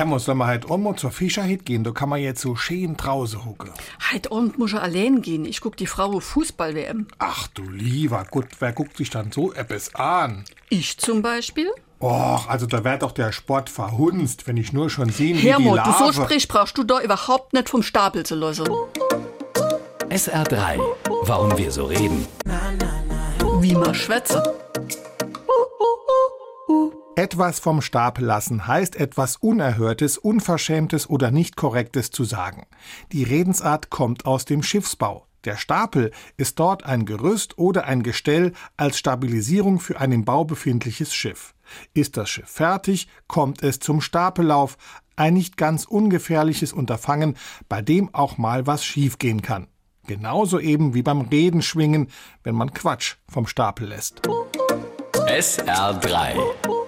Muss wir heute Abend zur Fischerhütte gehen, da kann man jetzt so schön draußen hucken. Heute Abend muss ich allein gehen. Ich guck die Frau Fußball-WM. Ach du lieber Gott, wer guckt sich dann so etwas an? Ich zum Beispiel? Och, also da wär doch der Sport verhunzt, wenn ich nur schon sehen, wie die Hermod, du Larve... so sprichst, brauchst du da überhaupt nicht vom Stapel zu lassen. SR3. Warum wir so reden. Wie man schwätze. Etwas vom Stapel lassen heißt etwas Unerhörtes, Unverschämtes oder nicht Korrektes zu sagen. Die Redensart kommt aus dem Schiffsbau. Der Stapel ist dort ein Gerüst oder ein Gestell als Stabilisierung für ein im Bau befindliches Schiff. Ist das Schiff fertig, kommt es zum Stapellauf, ein nicht ganz ungefährliches Unterfangen, bei dem auch mal was schiefgehen kann. Genauso eben wie beim Redenschwingen, wenn man Quatsch vom Stapel lässt. SR3.